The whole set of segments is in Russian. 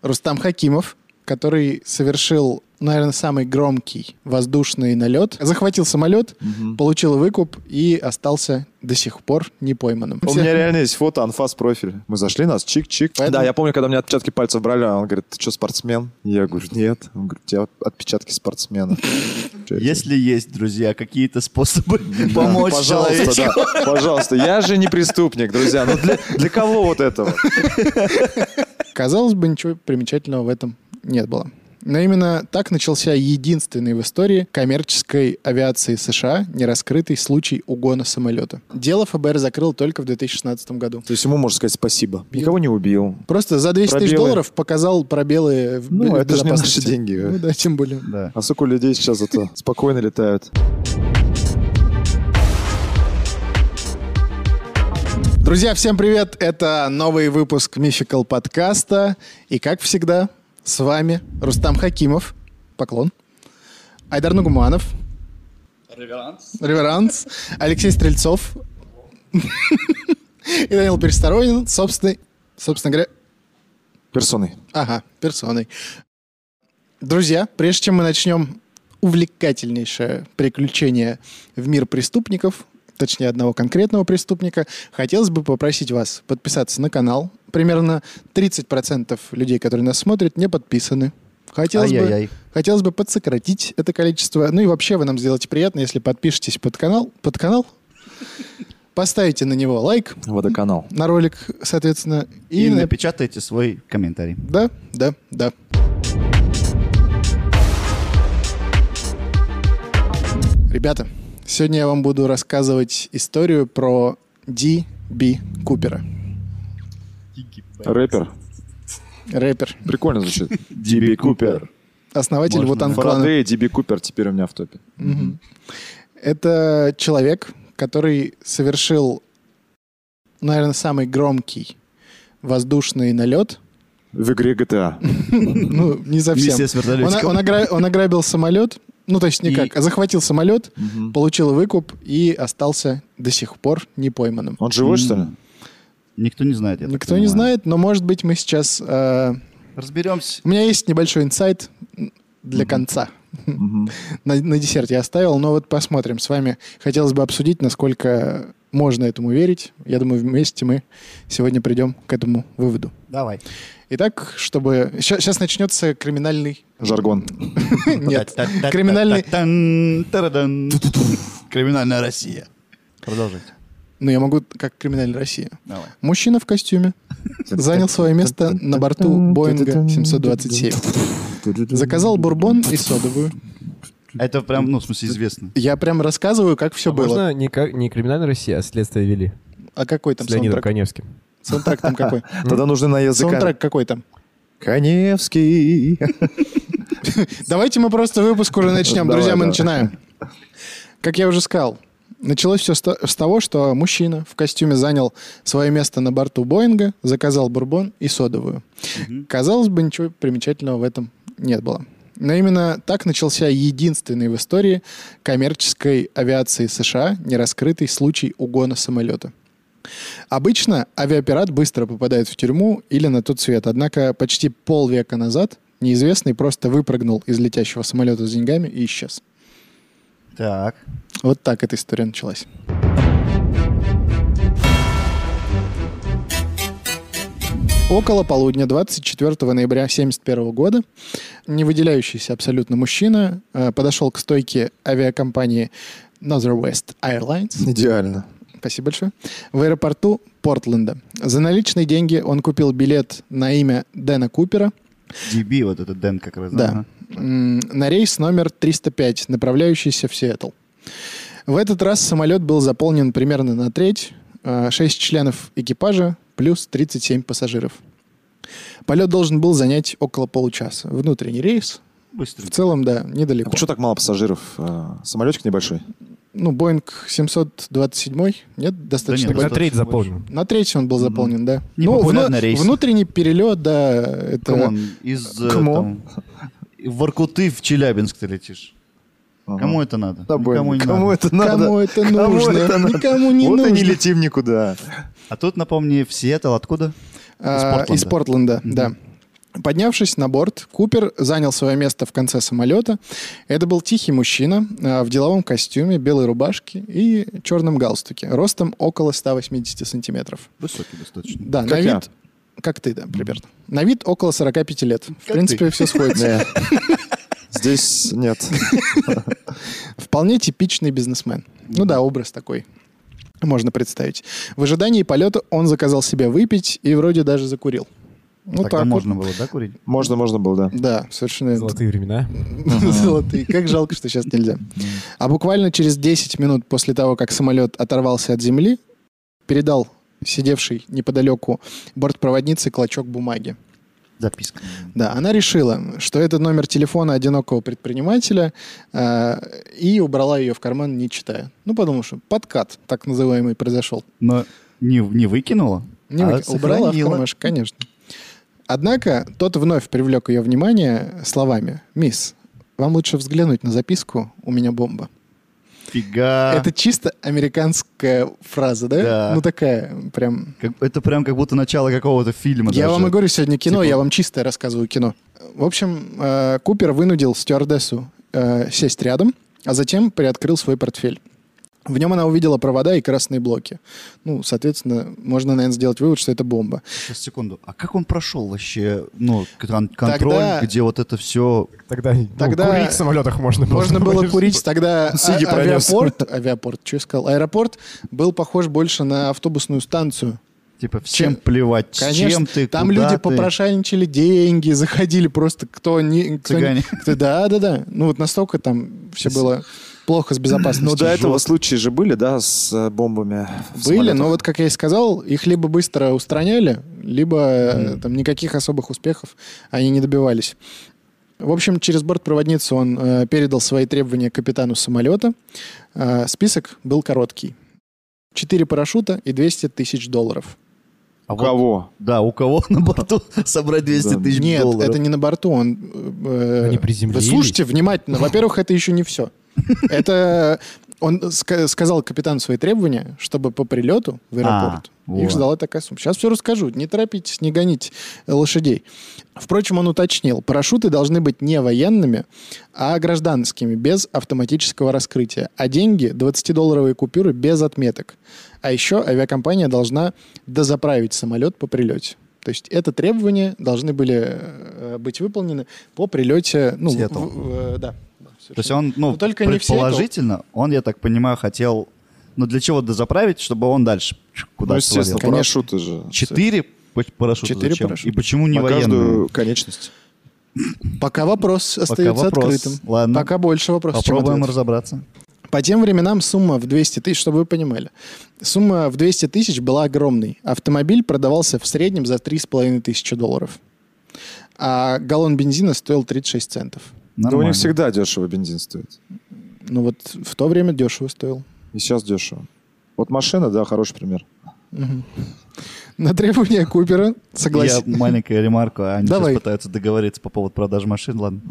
Рустам Хакимов, который совершил, наверное, самый громкий воздушный налет. Захватил самолет, получил выкуп и остался до сих пор не пойманным. У меня реально есть фото, анфас профиль. Мы зашли, нас чик-чик. Поэтому... Да, я помню, когда мне отпечатки пальцев брали, он говорит, ты что, спортсмен? Я говорю, нет. Он говорит, у тебя отпечатки спортсмена. Если есть, друзья, какие-то способы помочь человечку. Да, пожалуйста, я же не преступник, друзья. Ну для кого вот этого? Казалось бы, ничего примечательного в этом не было. Но именно так начался единственный в истории коммерческой авиации США нераскрытый случай угона самолета. Дело ФБР закрыл только в 2016 году. То есть ему можно сказать спасибо. Никого не убил. Просто за 200 тысяч долларов показал пробелы в безопасности. Это же не наши деньги. Ну да, тем более. Да. А сколько людей сейчас зато спокойно летают. Друзья, всем привет! Это новый выпуск Mythical подкаста. И как всегда, с вами Рустам Хакимов. Поклон. Айдар Нугуманов. Реверанс. Алексей Стрельцов. И Данил Пересторонин, собственно говоря... Персоной. Ага, персоной. Друзья, прежде чем мы начнем увлекательнейшее приключение в мир преступников, точнее одного конкретного преступника, хотелось бы попросить вас подписаться на канал. Примерно 30% людей, которые нас смотрят, не подписаны. Хотелось бы подсократить это количество. Ну и вообще вы нам сделаете приятно, если подпишетесь под канал, поставите на него лайк. Водоканал. На ролик, соответственно. И напечатайте свой комментарий. Да. Ребята, сегодня я вам буду рассказывать историю про Ди Би Купера. Рэпер. Прикольно звучит. Ди Би Купер. Основатель Вутан клана. Фарадей, Ди Би Купер теперь у меня в топе. Угу. Это человек, который совершил, наверное, самый громкий воздушный налет. В игре GTA. Ну, не совсем. Миссия с вертолетиком. Он ограбил самолет. Ну, то есть никак. Захватил самолет, получил выкуп и остался до сих пор не пойманным. Он живой, что ли? Никто не знает. Никто не знает, но, может быть, мы сейчас... Разберемся. У меня есть небольшой инсайт для конца. На десерт я оставил, но вот посмотрим с вами. Хотелось бы обсудить, насколько можно этому верить. Я думаю, вместе мы сегодня придем к этому выводу. Давай. Итак, чтобы... Сейчас начнется криминальный... Жаргон. Нет. Криминальный... Криминальная Россия. Продолжайте. Ну, я могу как криминальная Россия. Давай. Мужчина в костюме занял свое место на борту Боинга 727. Заказал бурбон и содовую. Это прям, ну, в смысле, известно. Я прям рассказываю, как все было. Можно не криминальная Россия, а следствие вели. А какой там с Леонидом саундтрек? Каневским. Саундтрек там какой? Тогда нужны на языке. Саундтрек какой там? Каневский. Давайте мы просто выпуск уже начнем. Друзья, мы начинаем. Как я уже сказал, началось все с того, что мужчина в костюме занял свое место на борту Боинга, заказал бурбон и содовую. Казалось бы, ничего примечательного в этом не было. Но именно так начался единственный в истории коммерческой авиации США нераскрытый случай угона самолета. Обычно авиапират быстро попадает в тюрьму или на тот свет, однако почти полвека назад неизвестный просто выпрыгнул из летящего самолета с деньгами и исчез. Так. Вот так эта история началась. Около полудня 24 ноября 1971 года не выделяющийся абсолютно мужчина подошел к стойке авиакомпании Northwest Airlines. Идеально. Спасибо большое. В аэропорту Портленда. За наличные деньги он купил билет на имя Дэна Купера. DB, вот этот Дэн как раз. Да. На рейс номер 305, направляющийся в Сиэтл. В этот раз самолет был заполнен примерно на треть. 6 членов экипажа плюс 37 пассажиров. Полет должен был занять около получаса. Внутренний рейс. Быстро. В целом, да, недалеко. А почему так мало пассажиров? Самолетик небольшой. Ну, Боинг 727, нет, достаточно. Да нет, На треть заполнен. На треть он был заполнен, да. Непопулярный рейс. Внутренний перелет, да. Это... В Воркуты в Челябинск ты летишь. Кому это надо? Да, Никому не кому надо. это надо? Кому это нужно? Никому не вот нужно. и не летим никуда. А тут, напомни, в Сиэтл откуда? Из Портленда, да. Поднявшись на борт, Купер занял свое место в конце самолета. Это был тихий мужчина в деловом костюме, белой рубашке и черном галстуке, ростом около 180 сантиметров. Высокий достаточно. Да, Как на я. вид... Как ты, да, примерно. На вид около 45 лет. В принципе, все сходится. Здесь нет. Вполне типичный бизнесмен. Ну да, образ такой. Можно представить. В ожидании полета он заказал себе выпить и вроде даже закурил. Ну, Тогда так можно вот. было, да, курить? Можно было, да. Да, совершенно. Золотые времена. Золотые. Как жалко, что сейчас нельзя. А буквально через 10 минут после того, как самолет оторвался от земли, передал сидевший неподалеку бортпроводнице клочок бумаги. Записка. Да, она решила, что это номер телефона одинокого предпринимателя, и убрала ее в карман, не читая. Ну, потому что подкат, так называемый, произошел. Но не выкинула, Убрала в сохранила. кармашек, конечно. Однако тот вновь привлек ее внимание словами: «Мисс, вам лучше взглянуть на записку, у меня бомба». Фига. Это чисто американская фраза, да? Да. Ну, такая прям... Это прям как будто начало какого-то фильма. Я даже. вам и говорю сегодня кино, Типа- я вам чистое рассказываю кино. В общем, Купер вынудил стюардессу сесть рядом, а затем приоткрыл свой портфель. В нем она увидела провода и красные блоки. Ну, соответственно, можно, наверное, сделать вывод, что это бомба. Сейчас, секунду. А как он прошел вообще, ну, контроль, Тогда- где вот это все... Тогда, Тогда курить в самолетах можно было. Можно было курить тогда. Сиги пронес. Авиапорт, что я сказал? Аэропорт был похож больше на автобусную станцию. Типа всем Чем- плевать, Конечно, чем ты, там куда люди ты. попрошайничали деньги, заходили просто кто не... Цыгане. Да. Ну вот настолько там все было плохо с безопасностью. Ну, до этого случаи же были, да, с бомбами в Были, самолетах? но вот, как я и сказал, их либо быстро устраняли, либо там никаких особых успехов они не добивались. В общем, через бортпроводницу он передал свои требования капитану самолета. Список был короткий. 4 парашюта и $200 тысяч. А У кого? Да, у кого на борту собрать 200 тысяч Нет, долларов? это не на борту. Он, Они приземлились? Вы слушайте внимательно. Во-первых, это еще не все. Это он сказал капитану свои требования, чтобы по прилету в аэропорт их вот. ждала такая сумма. Сейчас все расскажу. Не торопитесь, не гоните лошадей. Впрочем, он уточнил, парашюты должны быть не военными, а гражданскими, без автоматического раскрытия. А деньги, 20-долларовые купюры, без отметок. А еще авиакомпания должна дозаправить самолет по прилете. То есть это требования должны были быть выполнены по прилете... Ну, Сиэтл. да. То есть он, ну, Но только не в Сиэтл. предположительно, он, я так понимаю, хотел, ну, для чего дозаправить, чтобы он дальше Ну, куда-то естественно, свалил. парашюты же. 4 парашюта 4 зачем? парашюта. И почему не На военные? каждую конечность. Пока вопрос остается вопрос. открытым. Ладно. Пока больше вопросов, чем Попробуем ответов. разобраться. По тем временам сумма в 200 тысяч, чтобы вы понимали, сумма в 200 тысяч была огромной. Автомобиль продавался в среднем за $3500. А галлон бензина стоил 36 центов. Да у Нормально. них всегда дешево бензин стоит. Ну вот в то время дешево стоил. И сейчас дешево. Вот машина, да, хороший пример. На требования Купера согласились. Я маленькая ремарка, они Давай. сейчас пытаются договориться по поводу продажи машин, ладно.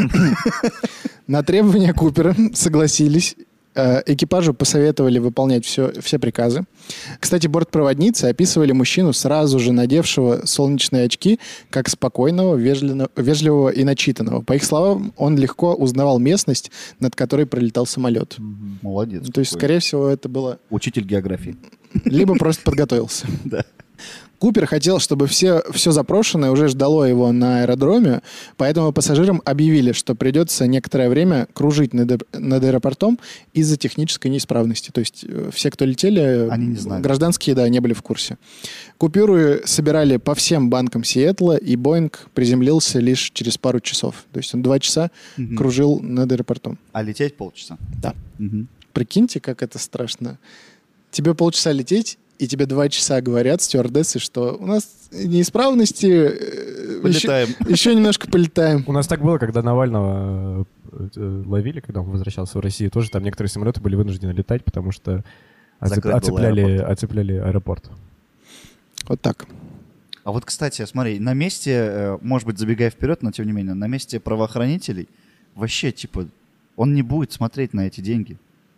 На требования Купера согласились. Экипажу посоветовали выполнять все приказы. Кстати, бортпроводницы описывали мужчину, сразу же надевшего солнечные очки, как спокойного, вежливого и начитанного. По их словам, он легко узнавал местность, над которой пролетал самолет. Молодец. То есть, какой. скорее всего, это было... Учитель географии. Либо просто подготовился. Да. Купер хотел, чтобы все запрошенное уже ждало его на аэродроме, поэтому пассажирам объявили, что придется некоторое время кружить над аэропортом из-за технической неисправности. То есть все, кто летели, Они не знали. гражданские, да, не были в курсе. Купюры собирали по всем банкам Сиэтла, и Боинг приземлился лишь через пару часов. То есть он 2 часа кружил над аэропортом. А лететь полчаса? Да. Мгм. Прикиньте, как это страшно. Тебе полчаса лететь, и тебе 2 часа говорят стюардессы, что у нас неисправности. Полетаем. Еще немножко полетаем. У нас так было, когда Навального ловили, когда он возвращался в Россию. Тоже там некоторые самолеты были вынуждены летать, потому что Закрыт был аэропорт. оцепляли аэропорт. Вот так. А вот, кстати, смотри, на месте, может быть, забегая вперед, но тем не менее, на месте правоохранителей вообще, типа, он не будет смотреть на эти деньги.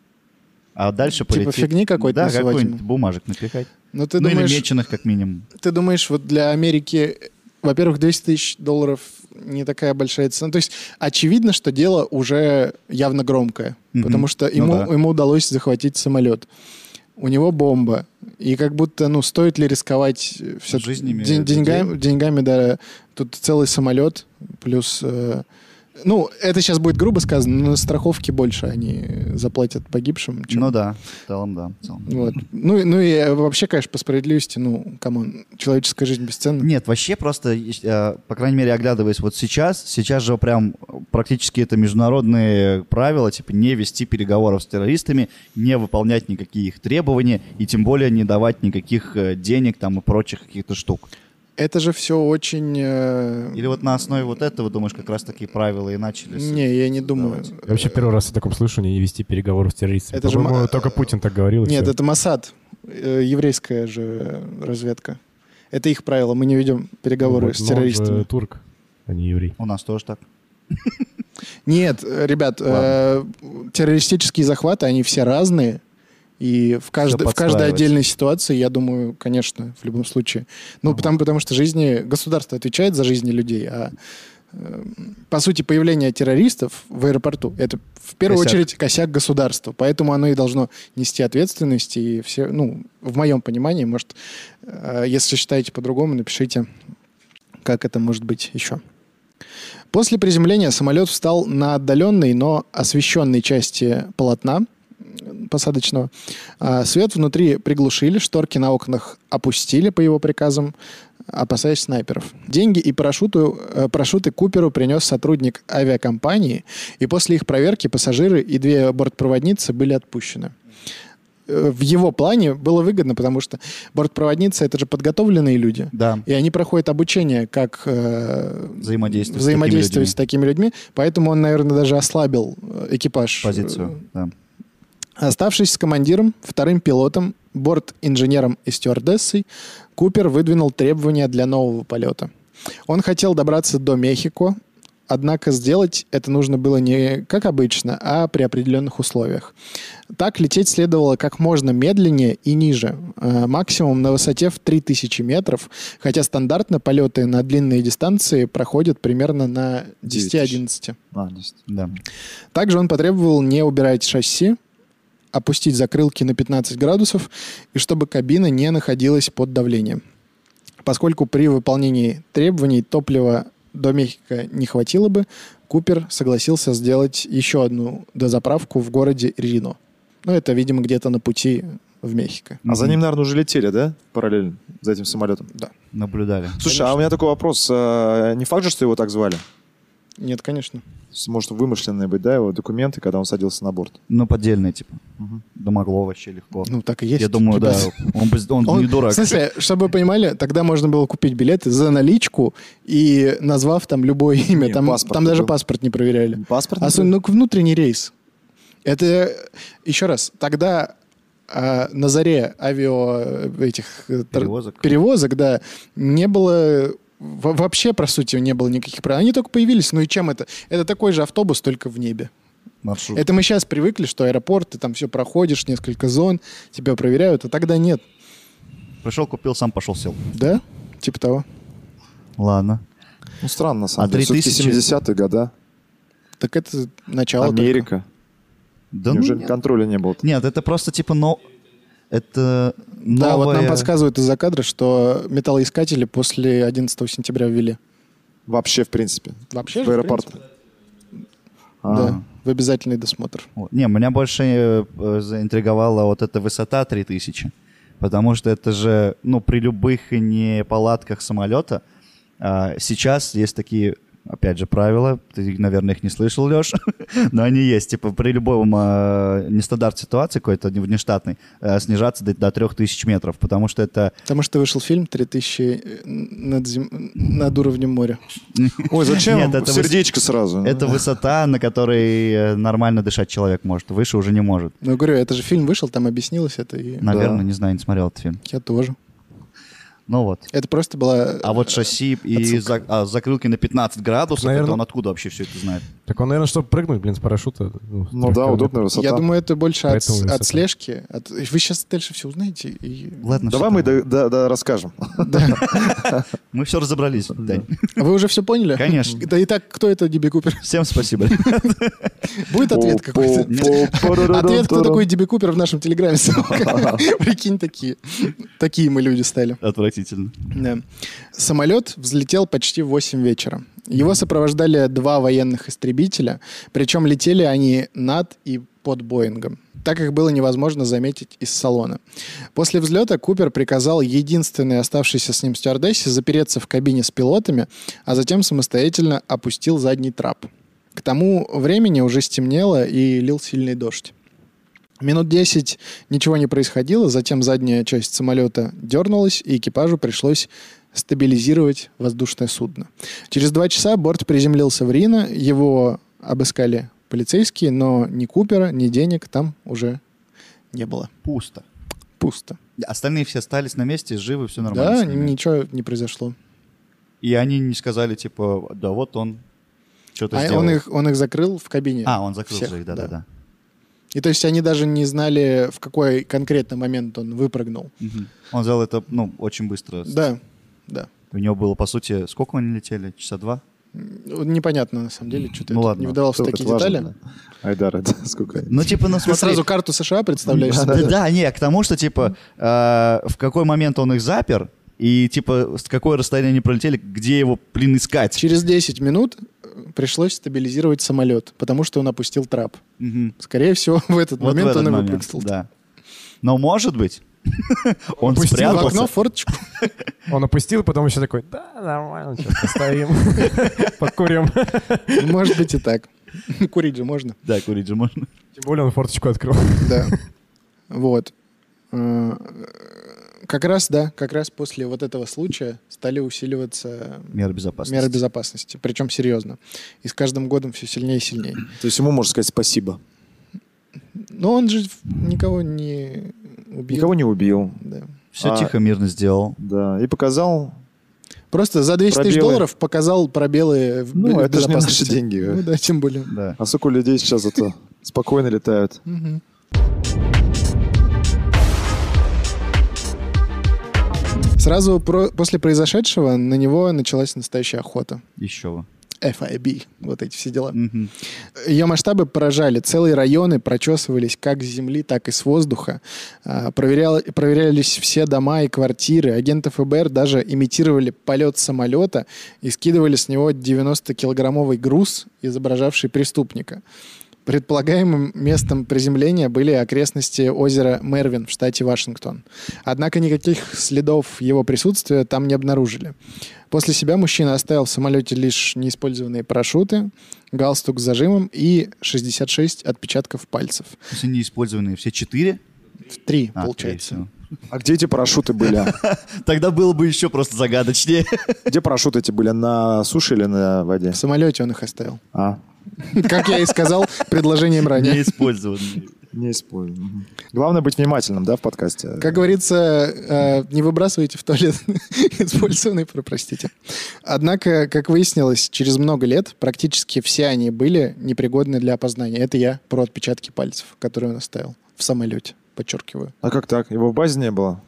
А дальше Типа полетит. фигни какой-то Да, насылать какой-нибудь ему. бумажек напихать. Ну, ты Ну или думаешь, меченых, как минимум. ты думаешь, вот для Америки во-первых, $200 000 не такая большая цена. То есть очевидно, что дело уже явно громкое, потому что ему удалось захватить самолет. У него бомба. И как будто, стоит ли рисковать деньгами, да. Тут целый самолет, плюс... это сейчас будет грубо сказано, но на страховке больше они заплатят погибшим. Чем... Ну да, в целом, да. Вот. И вообще, конечно, по справедливости, камон, человеческая жизнь бесценна. Нет, вообще просто, по крайней мере, оглядываясь вот сейчас же прям практически это международные правила, типа не вести переговоров с террористами, не выполнять никаких требований и тем более не давать никаких денег там и прочих каких-то штук. Это же все очень... Или вот на основе вот этого, думаешь, как раз такие правила и начались? Не, я не думаю. Я вообще первый раз о таком слышу, не вести переговоров с террористами. Это по-моему, только Путин так говорил. Нет, это Моссад, еврейская же разведка. Это их правило, мы не ведем переговоры с террористами. Он же турк, а не еврей. У нас тоже так. Нет, ребят, террористические захваты, они все разные. И в каждой отдельной ситуации, я думаю, конечно, в любом случае. Потому что государство отвечает за жизни людей, а по сути появление террористов в аэропорту — это в первую очередь косяк государства. Поэтому оно и должно нести ответственность. И все, в моем понимании, может, если считаете по-другому, напишите, как это может быть еще. После приземления самолет встал на отдаленной, но освещенной части полотна посадочного. Свет внутри приглушили, шторки на окнах опустили по его приказам, опасаясь снайперов. Деньги и парашюты Куперу принес сотрудник авиакомпании, и после их проверки пассажиры и 2 бортпроводницы были отпущены. В его плане было выгодно, потому что бортпроводницы — это же подготовленные люди. Да. И они проходят обучение, как взаимодействовать с такими людьми. Поэтому он, наверное, даже ослабил экипаж. Позицию, да. Оставшись с командиром, вторым пилотом, борт-инженером и стюардессой, Купер выдвинул требования для нового полета. Он хотел добраться до Мехико, однако сделать это нужно было не как обычно, а при определенных условиях. Так лететь следовало как можно медленнее и ниже, максимум на высоте в 3000 метров, хотя стандартно полеты на длинные дистанции проходят примерно на 10-11. Да. Также он потребовал не убирать шасси, опустить закрылки на 15 градусов и чтобы кабина не находилась под давлением. Поскольку при выполнении требований топлива до Мехико не хватило бы, Купер согласился сделать еще одну дозаправку в городе Рино. Это, видимо, где-то на пути в Мехико. А за ним, наверное, уже летели, да? Параллельно за этим самолетом? Да. Наблюдали. Слушай, конечно. А у меня такой вопрос. Не факт же, что его так звали? Нет, конечно. Может, вымышленные быть, да, его документы, когда он садился на борт? Поддельные, типа. Да могло вообще легко. Так и есть. Я думаю, да. Он не дурак. В смысле, чтобы вы понимали, тогда можно было купить билеты за наличку и назвав там любое имя. Там даже паспорт не проверяли. Паспорт? Внутренний рейс. Это, еще раз, тогда на заре перевозок, да, не было... Вообще, по сути, не было никаких правил. Они только появились. И чем это? Это такой же автобус, только в небе. Маршрут. Это мы сейчас привыкли, что аэропорт, ты там все проходишь, несколько зон, тебя проверяют, а тогда нет. Пришел, купил, сам пошел, сел. Да? Типа того. Ладно. Странно, на самом деле. 3000... Все-таки 70-е годы. Так это начало. Америка. Да неужели контроля не было? Нет, это просто типа это новое... Да, вот нам подсказывают из-за кадра, что металлоискатели после 11 сентября ввели. Вообще, в принципе? Вообще в аэропорт? Да, в обязательный досмотр. Не, меня больше заинтриговала вот эта высота 3000. Потому что это же, при любых неполадках самолета сейчас есть такие... Опять же, правила. Ты, наверное, их не слышал, Леш. Но они есть. Типа при любом нестандартной ситуации, какой-то внештатной, снижаться до 3000 метров. Потому что это... Потому что вышел фильм «3000 над уровнем моря». Ой, зачем? Нет, это сердечко сразу. Это высота, на которой нормально дышать человек может. Выше уже не может. Говорю, это же фильм вышел, там объяснилось это. Наверное, не знаю, не смотрел этот фильм. Я тоже. Ну вот. Это просто была... А вот шасси и закрылки на 15 градусов, Наверно- это он откуда вообще все это знает? Так он, наверное, чтобы прыгнуть, с парашюта. Ну да, километров. удобная высота. Я думаю, это больше от Поэтому высота. слежки. Вы сейчас дальше все узнаете. И... Ладно, Давай что мы там? расскажем. Мы все разобрались, Дань. Вы уже все поняли? Конечно. Да и так, кто это Диби Купер? Всем спасибо. Будет ответ какой-то? Ответ, кто такой Диби Купер в нашем телеграме. Прикинь, такие мы люди стали. Отвратительно. Да. Самолет взлетел почти в 8 вечера. Его сопровождали 2 военных истребителя, причем летели они над и под Боингом. Так их было невозможно заметить из салона. После взлета Купер приказал единственной оставшейся с ним стюардессе запереться в кабине с пилотами, а затем самостоятельно опустил задний трап. К тому времени уже стемнело и лил сильный дождь. Минут 10 ничего не происходило, затем задняя часть самолета дернулась, и экипажу пришлось стабилизировать воздушное судно. Через 2 часа борт приземлился в Рино, его обыскали полицейские, но ни Купера, ни денег там уже не было. Пусто. Пусто. Остальные все остались на месте, живы, все нормально. Да, с ними. ничего не произошло. И они не сказали, типа, да вот он что-то А сделал. он их закрыл в кабине. Он закрыл всех, же их, да-да-да. И то есть они даже не знали, в какой конкретный момент он выпрыгнул. Мгм. Он сделал это, очень быстро. Да, да. У него было, по сути, сколько они летели? Часа 2? Непонятно, на самом деле, что-то Ну ладно. не вдавался в Это такие важно, детали. да. Айдар, это сколько? Ну, типа, Ты смотри. сразу карту США представляешь Да, себе. не, к тому, что, типа, в какой момент он их запер, и, типа, с какое расстояние они пролетели, где его, искать. Через 10 минут пришлось стабилизировать самолет, потому что он опустил трап. Мгм. Скорее всего, в этот Вот в момент этот он и момент, выпрыгнул. да. Но, может быть, он Опустил В спрятался. окно, в форточку. Он опустил, потом еще такой, да, нормально, сейчас постоим, покурим. Может быть и так. Курить же можно. Да, курить же можно. Тем более он форточку открыл. Да. Вот. Как раз после вот этого случая стали усиливаться Меры безопасности. меры безопасности. Причем серьезно. И с каждым годом все сильнее и сильнее. То есть ему можно сказать спасибо. Но он же никого не убил. Никого не убил. Да. Все А- тихо, мирно сделал. Да, и показал. Просто за 200 тысяч Пробелы. долларов показал пробелы в Ну, в это же не наши безопасности. деньги. Ну да, тем более. Да. А сколько людей сейчас это спокойно летают? Мгм. Сразу после произошедшего на него началась настоящая охота. Еще бы. FIB, вот эти все дела. Мгм. Ее масштабы поражали. Целые районы прочесывались как с земли, так и с воздуха. Проверялись все дома и квартиры. Агенты ФБР даже имитировали полет самолета и скидывали с него 90-килограммовый груз, изображавший преступника. Предполагаемым местом приземления были окрестности озера Мервин в штате Вашингтон. Однако никаких следов его присутствия там не обнаружили. После себя мужчина оставил в самолете лишь неиспользованные парашюты, галстук с зажимом и 66 отпечатков пальцев. Все неиспользованные, все 4? 3, А, получается. 3, А где эти парашюты были? всё. Тогда было бы еще просто загадочнее. Где парашюты эти были? На суше или на воде? В самолете он их оставил. А, Как я и сказал предложением ранее. Неиспользованные. не использую. Мгм. Главное быть внимательным, да, в подкасте? Как говорится, не выбрасывайте в туалет использованные, простите. Однако, как выяснилось, через много лет практически все они были непригодны для опознания. Это я про отпечатки пальцев, которые он оставил в самолете, подчеркиваю. А как так? Его в базе не было?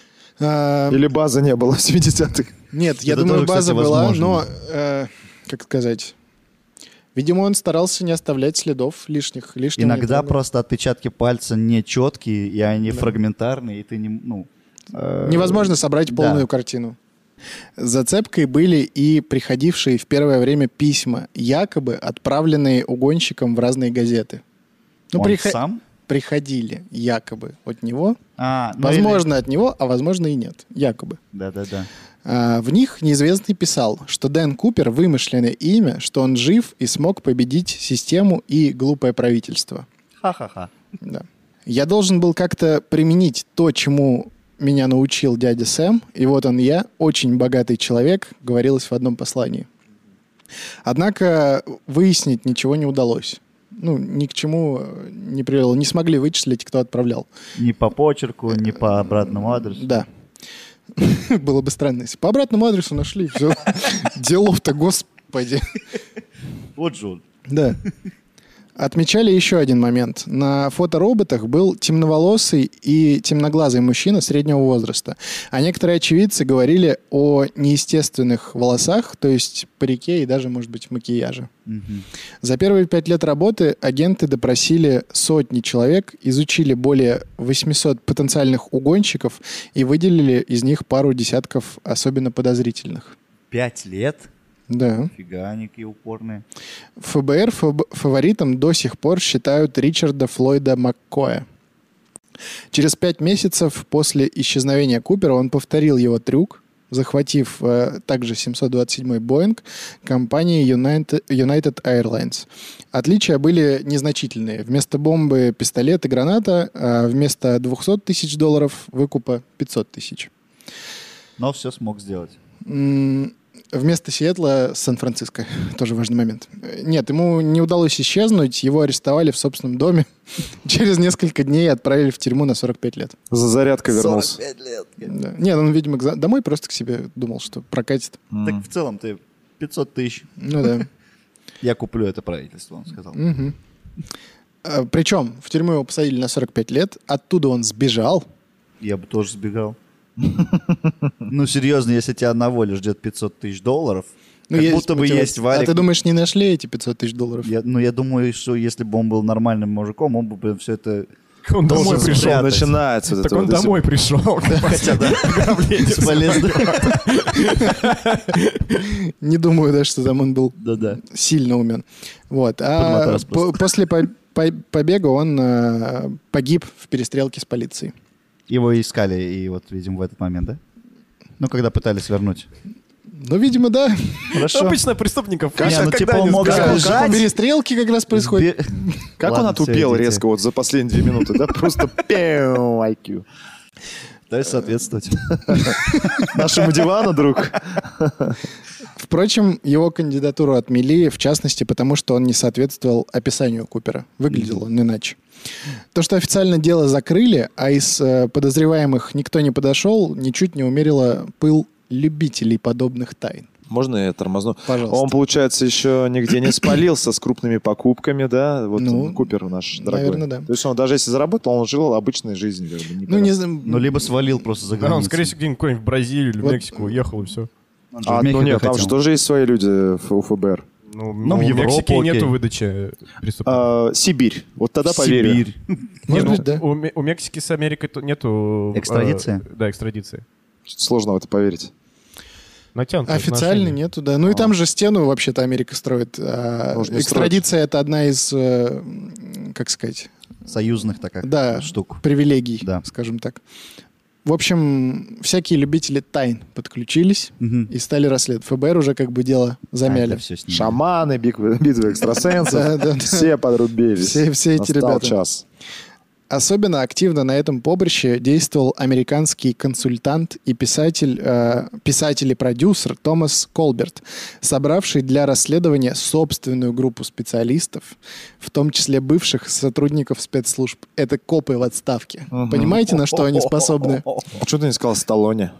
А, Или базы не было в 70-х? Нет, я Это думаю, тоже, кстати, база была, возможно. но, как сказать, видимо, он старался не оставлять следов лишних. Лишнего не Иногда трогал. просто отпечатки пальца не четкие, и они фрагментарные, и ты не... Невозможно собрать да. полную картину. Зацепкой были и приходившие в первое время письма, якобы отправленные угонщиком в разные газеты. Ну, Он сам? приходили якобы от него. Ну Возможно, от него, а возможно и нет. Якобы. Да-да-да. В них неизвестный писал, что Дэн Купер — вымышленное имя, что он жив и смог победить систему и глупое правительство. Ха-ха-ха. Да. Я должен был как-то применить то, чему меня научил дядя Сэм, и вот он я, очень богатый человек, говорилось в одном послании. Однако выяснить ничего не удалось. Ну, ни к чему не привело. Не смогли вычислить, кто отправлял. Ни по почерку, ни по обратному адресу. Да. Было бы странно, если по обратному адресу нашли. Все. Делов-то, господи. Вот же он. Да. Отмечали еще один момент. На фотороботах был темноволосый и темноглазый мужчина среднего возраста. А некоторые очевидцы говорили о неестественных волосах, то есть парике и даже, может быть, макияже. За первые 5 лет работы агенты допросили сотни человек, изучили более 800 потенциальных угонщиков и выделили из них пару десятков особенно подозрительных. 5 лет? Да. Фига, они какие упорные. ФБР фаворитом до сих пор считают Ричарда Флойда Маккоя. Через 5 месяцев после исчезновения Купера он повторил его трюк, захватив также 727-й Боинг компании United Airlines. Отличия были незначительные. Вместо бомбы пистолет и граната, а вместо $200 тысяч выкупа 500 тысяч. Но все смог сделать. Вместо Сиэтла Сан-Франциско. Тоже важный момент. Нет, ему не удалось исчезнуть. Его арестовали в собственном доме. Через несколько дней отправили в тюрьму на 45 лет. За зарядкой вернулся. 45 лет. Да. Нет, он, видимо, домой просто к себе думал, что прокатит. Так в целом ты 500 тысяч. Ну да. Я куплю это правительство, он сказал. Причем в тюрьму его посадили на 45 лет. Оттуда он сбежал. Я бы тоже сбегал. Ну, серьезно, если тебя одного лишь ждет $500 тысяч, как будто бы есть варик. А ты думаешь, не нашли эти $500 тысяч? Я думаю, что если бы он был нормальным мужиком, он бы все это... Он домой должен пришел. спрятать. Начинается. Так он домой пришел. Хотя, да, бесполезно. Не думаю, да, что там он был Да-да. сильно умен. Вот. А матрас просто. после побега он погиб в перестрелке с полицией. Его искали, и вот, видимо, в этот момент, да? Ну, когда пытались вернуть. Ну, видимо, да. Хорошо. Обычно преступников. Не, ну, типа, он мог Как сбежать. в перестрелке как раз происходит. Как он отупел резко вот за последние 2 минуты, да? Просто пиу, IQ. Дай соответствовать. Нашему дивану, друг. Впрочем, его кандидатуру отмели, в частности, потому что он не соответствовал описанию Купера. Выглядел он иначе. То, что официально дело закрыли, а из подозреваемых никто не подошел, ничуть не умерило пыл любителей подобных тайн. Можно я тормозну? Пожалуйста. Он, получается, еще нигде не спалился с крупными покупками, да? Вот Ну, Купер наш дорогой. наверное, да. То есть он даже если заработал, он жил обычной жизнью. Как бы, Ну, не знаю. Ну, либо свалил просто за Да, он, границу. скорее всего, где-нибудь в Бразилию или в Вот. Мексику уехал, и все. Он же в ну Мехико нет, там хотел. же тоже есть свои люди у ФБР. Ну, в в Европу, Мексике окей. нету выдачи преступников. Сибирь. Вот тогда поверю. Сибирь. Может Не, быть, да. У Мексики с Америкой нету... Экстрадиции? Да, экстрадиции. Что-то сложно в это поверить. Натянутые Официально отношения. нету, да. Ну и там же стену вообще-то Америка строит. А Может, не экстрадиция — это одна из, как сказать, Союзных таких да, штук. привилегий, Да. скажем так. В общем, всякие любители тайн подключились Мгм. и стали расследовать. ФБР уже как бы дело замяли. Все с ними. Шаманы, битвы экстрасенсов. Да, да, да. Все подрубились. Все эти Настал ребята. час. Особенно активно на этом поприще действовал американский консультант и писатель и продюсер Томас Колберт, собравший для расследования собственную группу специалистов, в том числе бывших сотрудников спецслужб. Это копы в отставке. Понимаете, на что они способны? Что ты не сказал Сталлоне?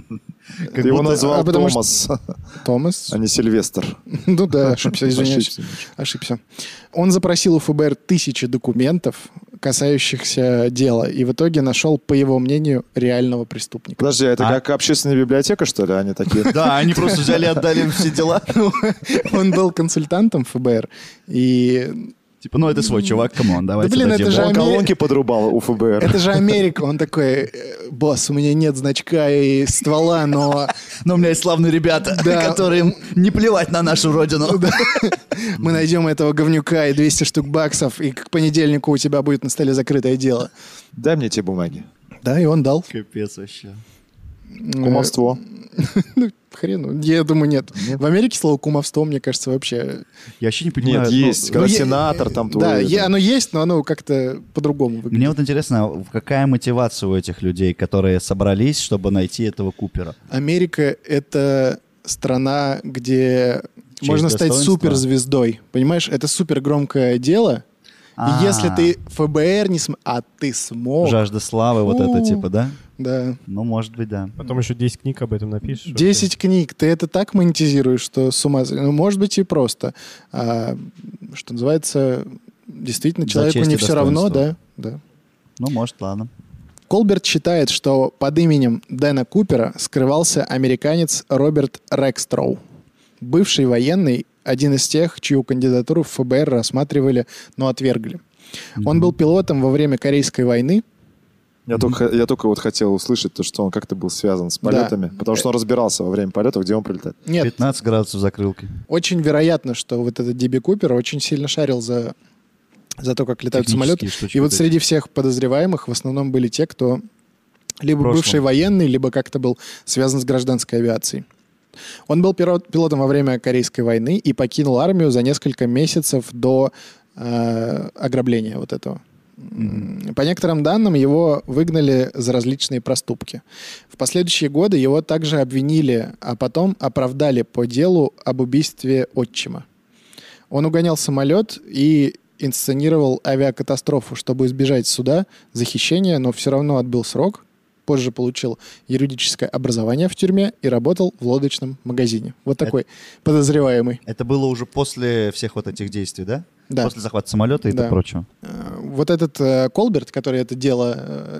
Как Ты его будто- назвал потому Томас, Томас? а не Сильвестр. Ну да, ошибся, извиняюсь. Ошибся. Ошибся. Он запросил у ФБР тысячи документов, касающихся дела, и в итоге нашел, по его мнению, реального преступника. Подожди, а это А? как общественная библиотека, что ли? Они такие... Да, они просто взяли и отдали им все дела. Он был консультантом ФБР, и... Типа, ну это свой чувак, камон, давайте блин, дадим. это же Он Амери- колонки подрубал у ФБР. Это же Америка. Он такой: босс, у меня нет значка и ствола, но Но у меня есть славные ребята, Да. которым не плевать на нашу родину. мы найдем этого говнюка и 200 штук баксов, и к понедельнику у тебя будет на столе закрытое дело. Дай мне те бумаги. Да, и он дал. Капец вообще. Кумовство. Ну, хрен, я думаю, нет. В Америке слово кумовство, мне кажется, вообще... Я вообще не понимаю. Нет, ну, есть. Когда Ну, сенатор там Да, твой, оно есть, но оно как-то по-другому выглядит. Мне вот интересно, какая мотивация у этих людей, которые собрались, чтобы найти этого Купера? Америка — это страна, где Честь, можно стать достоинство. суперзвездой. Понимаешь, это супер громкое дело. И если ты ФБР не а ты смог, Жажда славы, вот это Фу. типа, да? Да. Ну, может быть, да. Потом еще 10 книг об этом напишешь. 10 книг. Ты это так монетизируешь, что с ума... Ну, может быть, и просто. Что называется, действительно, За человеку честь не и все равно, да. достоинство. Да. Ну, может, ладно. Колберт считает, что под именем Дэна Купера скрывался американец Роберт Рекстроу, бывший военный, один из тех, чью кандидатуру в ФБР рассматривали, но отвергли. Он был пилотом во время Корейской войны. Я только вот хотел услышать то, что он как-то был связан с полетами, потому что он разбирался во время полетов, где он прилетает. Нет, 15 градусов закрылки. очень вероятно, что вот этот Д.Б. Купер очень сильно шарил за то, как летают самолеты. Технические штучки И вот вот эти. среди всех подозреваемых в основном были те, кто либо В прошлом. бывший военный, либо как-то был связан с гражданской авиацией. Он был пилотом во время Корейской войны и покинул армию за несколько месяцев до ограбления вот этого. По некоторым данным, его выгнали за различные проступки. В последующие годы его также обвинили, а потом оправдали по делу об убийстве отчима. Он угонял самолет и инсценировал авиакатастрофу, чтобы избежать суда за хищение, но все равно отбыл срок. Позже получил юридическое образование в тюрьме и работал в лодочном магазине. Вот такой подозреваемый. Это было уже после всех вот этих действий, да? Да. После захвата самолета и Да. прочего. Вот этот Колберт, который это дело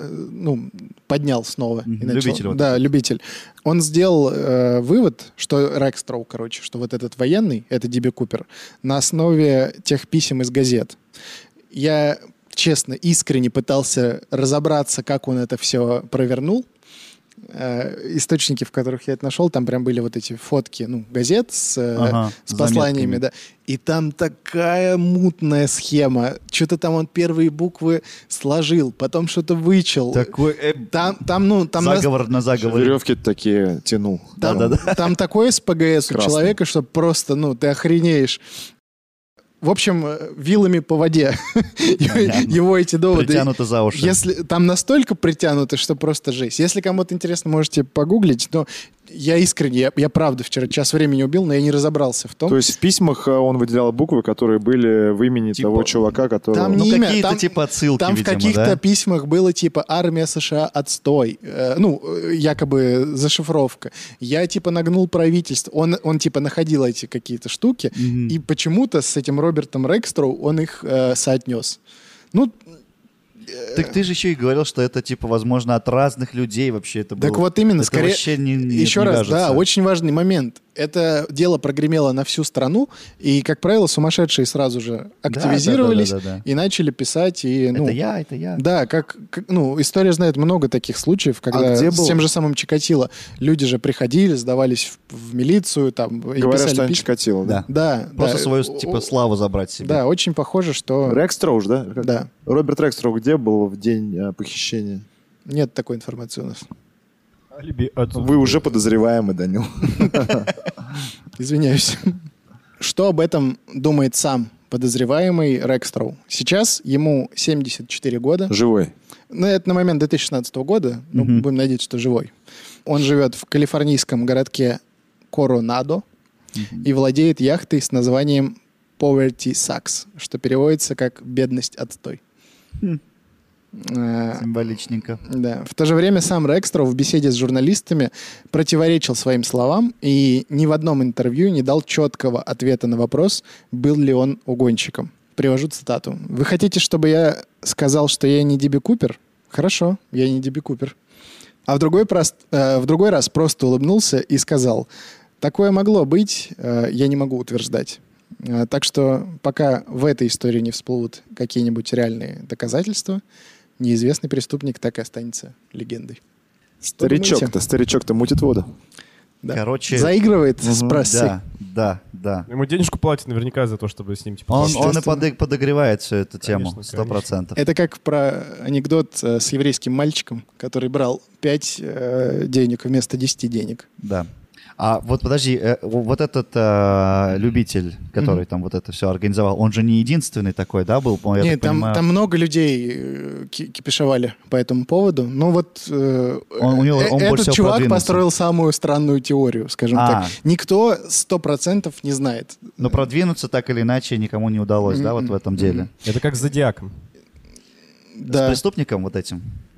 поднял снова. Мгм. И начал- Любитель вот Да, любитель. Он сделал вывод, что Рекстроу, что вот этот военный, это Д.Б. Купер, на основе тех писем из газет. Я, честно, искренне пытался разобраться, как он это все провернул. Источники, в которых я это нашел, там прям были вот эти фотки, газет с с посланиями, заметками. да. И там такая мутная схема. Что-то там он первые буквы сложил, потом что-то вычел. Такой Там заговор на заговоре. Веревки такие тянул. там такой СПГС у Красный. человека, что просто, ты охренеешь. В общем, вилами по воде. Его эти доводы. Притянуто за уши. Если там настолько притянуты, что просто жесть. Если кому-то интересно, можете погуглить. Но я искренне, я правда вчера час времени убил, но я не разобрался в том. То есть в письмах он выделял буквы, которые были в имени Типа, того чувака, который... там Ну, не имя, какие-то там- типа отсылки, Там в видимо, каких-то да? письмах было типа «Армия США, отстой». Якобы зашифровка. Я типа нагнул правительство. Он типа находил эти какие-то штуки, и почему-то с этим Робертом Рекстроу он их соотнес. Так ты же еще и говорил, что это типа, возможно, от разных людей вообще это было. Так вот именно, Это скорее... вообще не Еще не раз, вяжется. да, очень важный момент. Это дело прогремело на всю страну, и, как правило, сумасшедшие сразу же активизировались да. и начали писать. И, Это я. Да, история знает много таких случаев, когда где с был? тем же самым Чикатило люди же приходили, сдавались в милицию, там, и Говорят, писали что он письма. Чикатило, да? Да, Просто да. свою типа славу забрать себе. Да, очень похоже, что Рекстроуш, да? Как? Да. Роберт Рекстроу где был в день похищения? нет такой информации у нас. Алиби отсутствует. Вы уже подозреваемый, Данил. Извиняюсь. Что об этом думает сам подозреваемый Рекстроу? Сейчас ему 74 года. Живой. Это на момент 2016 года. Будем надеяться, что живой. Он живет в калифорнийском городке Коронадо и владеет яхтой с названием Poverty Sucks, что переводится как «бедность отстой». Символичненько. Да. В то же время сам Рекстроу в беседе с журналистами противоречил своим словам и ни в одном интервью не дал четкого ответа на вопрос, был ли он угонщиком. Привожу цитату. «Вы хотите, чтобы я сказал, что я не Д.Б. Купер? Хорошо, я не Д.Б. Купер». А в другой раз просто улыбнулся и сказал, «Такое могло быть, я не могу утверждать». Так что пока в этой истории не всплывут какие-нибудь реальные доказательства, неизвестный преступник так и останется легендой. Что думаете? Старичок-то мутит воду. Да. Короче, Заигрывает с прессой. Да. Ему денежку платят наверняка за то, чтобы с ним типа... Он Естественно. и подогревает всю эту тему, Конечно, 100%. Это как про анекдот с еврейским мальчиком, который брал 5 денег вместо 10 денег. Да. А вот подожди, вот этот любитель, который там вот это все организовал, он же не единственный такой, да, был? Я Нет, так понимаю. там много людей кипишевали по этому поводу. Но вот Он больше этот всего чувак продвинулся. построил самую странную теорию, скажем так. Никто 100% не знает. Но продвинуться так или иначе никому не удалось, да, вот в этом деле. Это как с Зодиаком. С Да. преступником вот этим?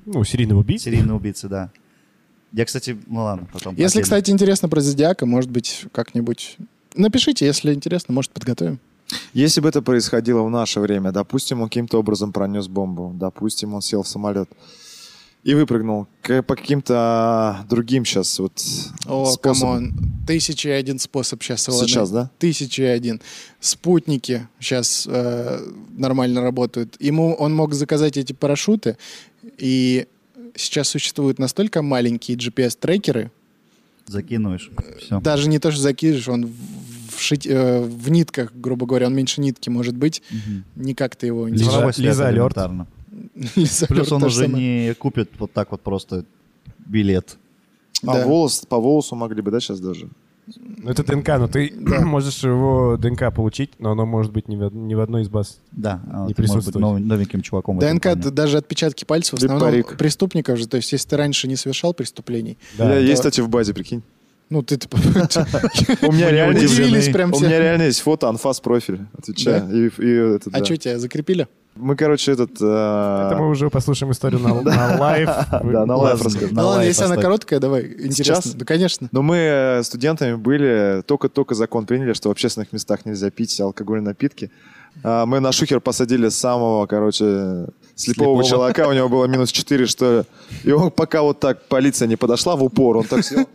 Ну, серийного убийцы. Серийный убийца, да. Я, кстати, ну ладно, потом. Если, отдельно. кстати, интересно про Зодиака, может быть, как-нибудь... Напишите, если интересно, может, подготовим. Если бы это происходило в наше время, допустим, он каким-то образом пронес бомбу, допустим, он сел в самолет и выпрыгнул по каким-то другим сейчас вот О, способам. камон. 1001 способ сейчас. Сейчас, да? 1001. Спутники сейчас нормально работают. Он мог заказать эти парашюты, и сейчас существуют настолько маленькие GPS-трекеры, Закинуешь, все. даже не то, что закинешь, он в нитках, грубо говоря, он меньше нитки может быть, никак ты его не... Лиза алерт. Лиза Плюс алерт он то же уже самое. не купит вот так вот просто билет. А Да. по волосу могли бы, да, сейчас даже? Ну, это ДНК, но ты можешь его ДНК получить, но оно может быть ни в одной из баз. Да, Не ты можешь быть присутствовать. новеньким чуваком. в этом ДНК, плане. даже отпечатки пальцев, в Либо основном парик. преступников же. То есть, если ты раньше не совершал преступлений, Да. Есть, кстати, в базе, прикинь. ну, ты... У меня реально удивились прям У все. меня реально есть фото, анфас профиль, отвечаю. И это, А да. что, тебя закрепили? Мы, короче, Это мы уже послушаем историю на лайв. Да, на лайв расскажем. На Ну ладно, лайв если она оставь. короткая, давай. Интересно. Сейчас? Да, конечно. Но мы студентами были, только закон приняли, что в общественных местах нельзя пить алкогольные напитки. Мы на шухер посадили самого, короче, слепого чувака, у него было -4, что ли. И он, пока вот так полиция не подошла в упор, он так сел.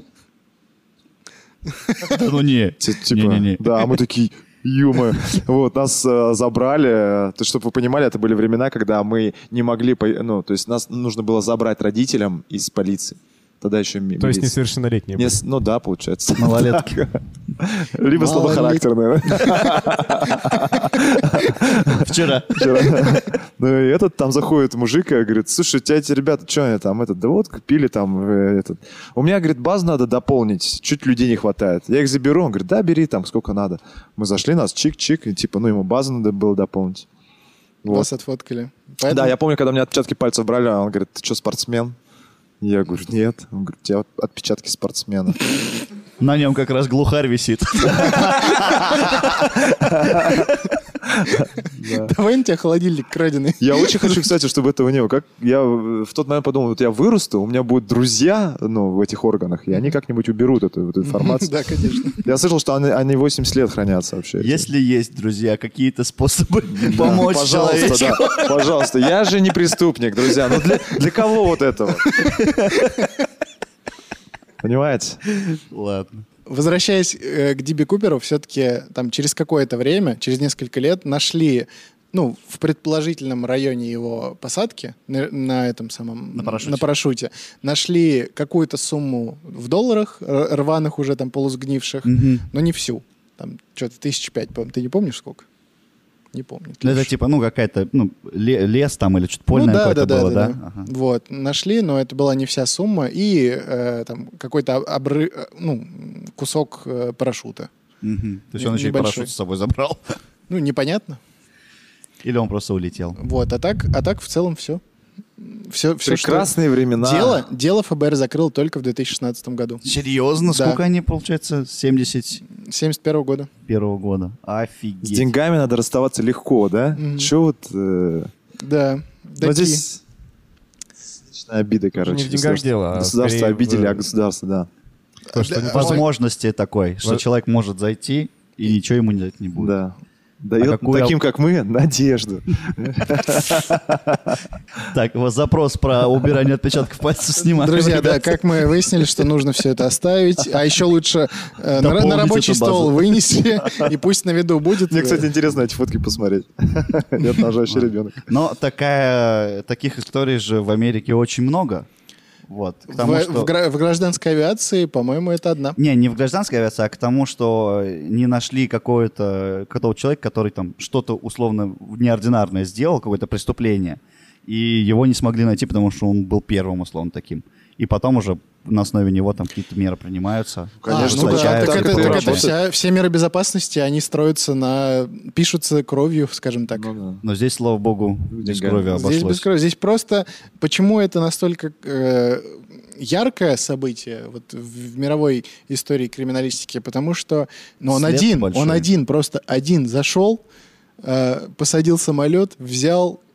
Да ну не. Типа, Не-не-не. да, мы такие, ё-моё. Вот, нас забрали. То, чтобы вы понимали, это были времена, когда мы не могли, ну, то есть нас нужно было забрать родителям из полиции. Тогда еще То есть несовершеннолетние были. Ну да, получается. Малолетки. Либо слабохарактерные. Вчера. Ну и этот там заходит мужик и говорит: слушай, эти ребята, что они там, да вот пили там, у меня, говорит, базу надо дополнить, чуть людей не хватает. Я их заберу, он говорит, да, бери там сколько надо. Мы зашли, нас чик-чик, и типа, ну ему базу надо было дополнить. Вот. Вас отфоткали. Да, я помню, когда у меня отпечатки пальцев брали, он говорит, ты что, спортсмен? Я говорю, нет. Он говорит, у тебя отпечатки спортсмена. На нем как раз глухарь висит. Давай на тебя холодильник краденый. Я очень хочу, кстати, чтобы этого не было. Как я в тот момент подумал, вот я вырасту, у меня будут друзья, ну, в этих органах, и они как-нибудь уберут эту информацию. Да, конечно. Я слышал, что они 80 лет хранятся вообще. Если есть, друзья, какие-то способы помочь Пожалуйста, человечку. да, пожалуйста. Я же не преступник, друзья. Ну для кого вот этого? Понимаете? Ладно. Возвращаясь к Диби Куперу, все-таки там через какое-то время, через несколько лет, нашли, ну, в предположительном районе его посадки на этом самом... На парашюте. Нашли какую-то сумму в долларах, рваных уже там полусгнивших, но не всю. Там что-то 1005, по-моему. Ты не помнишь сколько? Не помню. Ну, это типа, ну, какая-то, ну, лес там или что-то польное какое-то было, да? Ага. Вот, нашли, но это была не вся сумма, и там какой-то кусок парашюта. Мгм. То есть он еще и Небольшой. парашют с собой забрал? Ну, непонятно. Или он просто улетел? Вот, а так в целом все. Все, Прекрасные времена. Дело ФБР закрыл только в 2016 году. Серьезно? Да. Сколько они, получается, 71 71 года. года? С Офигеть. деньгами надо расставаться легко, да? Че вот... Да. Вот Такие. здесь личная обида, короче. Не в деньгах дело, а Государство скорее обидели, в- а государство, да. То, что не Возможности такой, что человек может зайти, и ничего ему не будет. Да. Дает какую- таким, как мы, надежду. Так, вот запрос про убирание отпечатков пальцев снимаем. Друзья, да, ребят. как мы выяснили, что нужно все это оставить, а еще лучше на Дополнить рабочий эту базу. стол вынеси, и пусть на виду будет. Мне, кстати, интересно эти фотки посмотреть. Нет, нажащий ребенок. Но таких историй же в Америке очень много. Вот. К тому, что... В гражданской авиации, по-моему, это одна. Не в гражданской авиации, а к тому, что не нашли какого-то человека, который там что-то условно неординарное сделал, какое-то преступление, и его не смогли найти, потому что он был первым условно таким. И потом уже на основе него там какие-то меры принимаются. Конечно, ну да, ужесточаются. так так это, это и так это работает. все меры безопасности, они строятся пишутся кровью, скажем так. Ну да. Но здесь, слава богу, без Деньгами. крови Здесь обошлось. без крови. Здесь просто... Почему это настолько яркое событие вот, в мировой истории криминалистики? Потому что он След большой. один, просто один зашел, посадил самолет, взял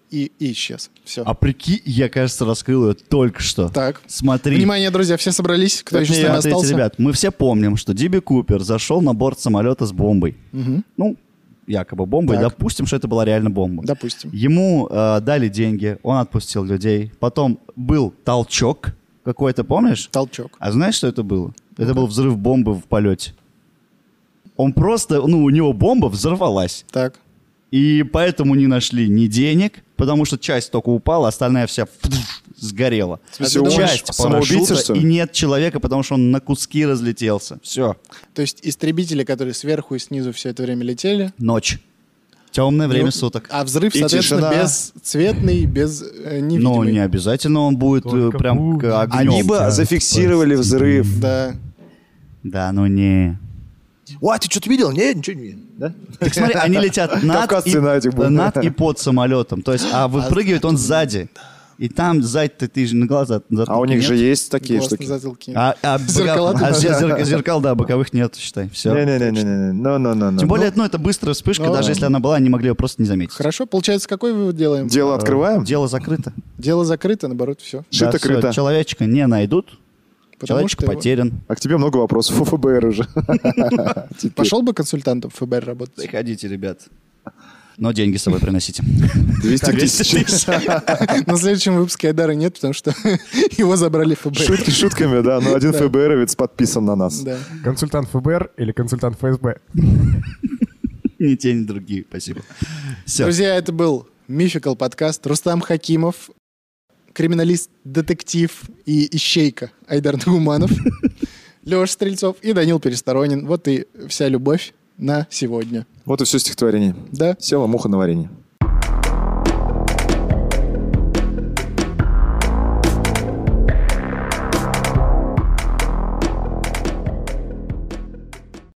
и исчез. Все. А прикинь, я, кажется, раскрыл ее только что. Так. Смотри. Внимание, друзья, все собрались. Кто еще с нами Смотрите, остался? ребят, мы все помним, что Диби Купер зашел на борт самолета с бомбой. Ну, якобы бомбой. Так. Допустим, что это была реально бомба. Допустим. Ему дали деньги, он отпустил людей. Потом был толчок какой-то, помнишь? Толчок. А знаешь, что это было? Это был взрыв бомбы в полете. Он просто, у него бомба взорвалась. Так. И поэтому не нашли ни денег, потому что часть только упала, остальная вся сгорела. В смысле, он Часть самоубийца, парашюта, что ли? и нет человека, потому что он на куски разлетелся. Все. То есть истребители, которые сверху и снизу все это время летели. Ночь. Темное время Ну, суток. А взрыв, И соответственно, тишина. бесцветный, без Но невидимый. не обязательно он будет Только прям пусть. огнем. Они бы Да, зафиксировали взрыв. Да. Да, ну не. Ой, ты что-то видел? Нет, ничего не видел. Да? Так смотри, они летят над Кавказцы на этих будут. над и под самолетом. То есть, а выпрыгивает он сзади. И там сзади-то ты же на глаза А у них же есть такие Глаз на штуки. затылке. Зеркала, зеркал, да, боковых нет, считай. Все. Не-не-не-не-не. No. Тем более, это быстрая вспышка, Ну, даже если она была, они могли ее просто не заметить. Хорошо, получается, какой вывод делаем? Дело открываем? Дело закрыто. Дело закрыто, наоборот, все. Шито всё, крыто. человечка не найдут, Потому человечек что потерян. А к тебе много вопросов у ФБР уже. Теперь. пошел бы консультантом в ФБР работать. Приходите, ребят. Но деньги с собой приносите. 200 тысяч. На следующем выпуске Айдара нет, потому что его забрали в ФБР. Шутки шутками, да, но один ФБРовец подписан на нас. Да. Консультант ФБР или консультант ФСБ? Ни те, ни другие. Спасибо. Все. Друзья, это был Мификал подкаст. Рустам Хакимов, криминалист, детектив и ищейка Айдар Нагуманов, Леша Стрельцов и Данил Пересторонин. Вот и вся любовь на сегодня. Вот и все стихотворение. Да? Села муха на варенье.